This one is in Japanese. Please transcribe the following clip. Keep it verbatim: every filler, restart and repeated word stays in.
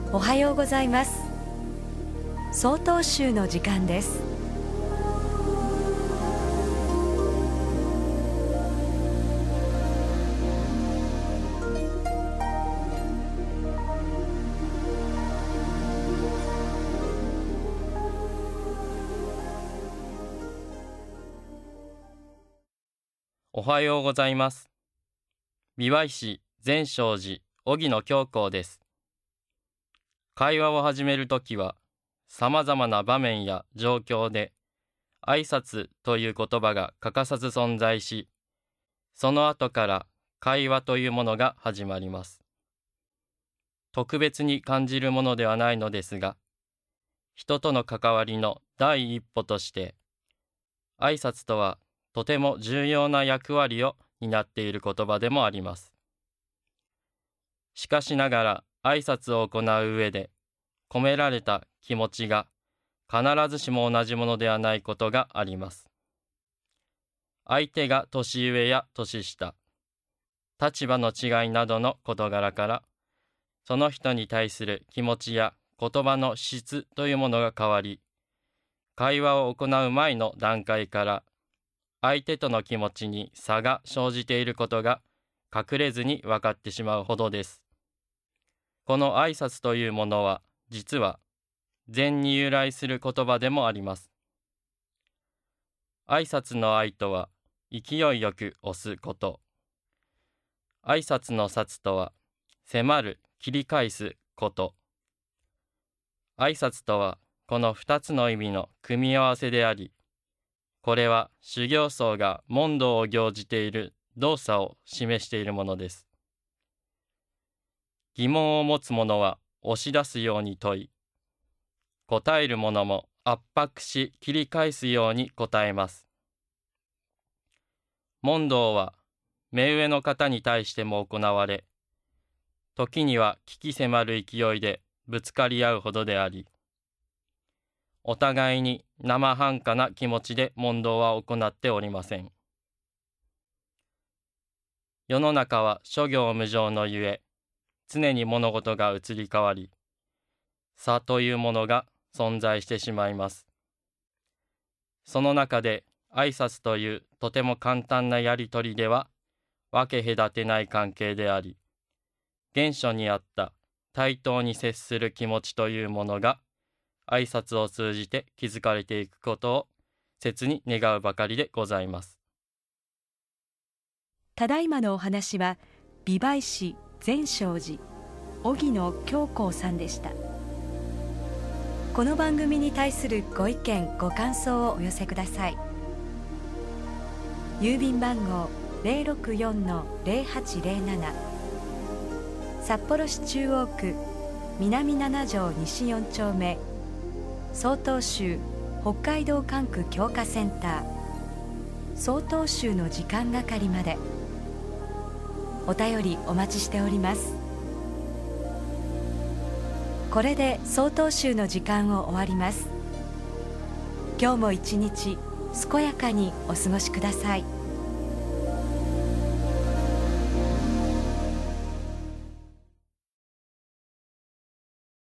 おはようございます。総統集の時間です。 おはようございます。美唄市善勝寺荻野教皇です。会話を始めるときは、さまざまな場面や状況で、挨拶という言葉が欠かさず存在し、その後から会話というものが始まります。特別に感じるものではないのですが、人との関わりの第一歩として、挨拶とはとても重要な役割を担っている言葉でもあります。しかしながら挨拶を行う上で込められた気持ちが必ずしも同じものではないことがあります。相手が年上や年下、立場の違いなどの事柄から、その人に対する気持ちや言葉の質というものが変わり、会話を行う前の段階から相手との気持ちに差が生じていることが隠れずに分かってしまうほどです。この挨拶というものは、実は禅に由来する言葉でもあります。挨拶の愛とは、勢いよく押すこと。挨拶の殺とは、迫る、切り返すこと。挨拶とは、この二つの意味の組み合わせであり、これは修行僧が問答を行じている動作を示しているものです。疑問を持つ者は押し出すように問い、答える者も圧迫し切り返すように答えます。問答は目上の方に対しても行われ、時には鬼気迫る勢いでぶつかり合うほどであり、お互いに生半可な気持ちで問答は行っておりません。世の中は諸行無常のゆえ、常に物事が移り変わり、差というものが存在してしまいます。その中で挨拶というとても簡単なやりとりでは分け隔てない関係であり、原初にあった対等に接する気持ちというものが挨拶を通じて築かれていくことを切に願うばかりでございます。 ただいまのお話は、美唄市善勝寺荻野教皇さんでした。この番組に対するご意見ご感想をお寄せください。郵便番号 ゼロろくよんのゼロはちゼロなな、 札幌市中央区南なな条西よん丁目、曹洞宗北海道管区教化センター曹洞宗の時間係まで。お便りお待ちしております。これで曹洞宗の時間を終わります。今日も一日健やかにお過ごしください。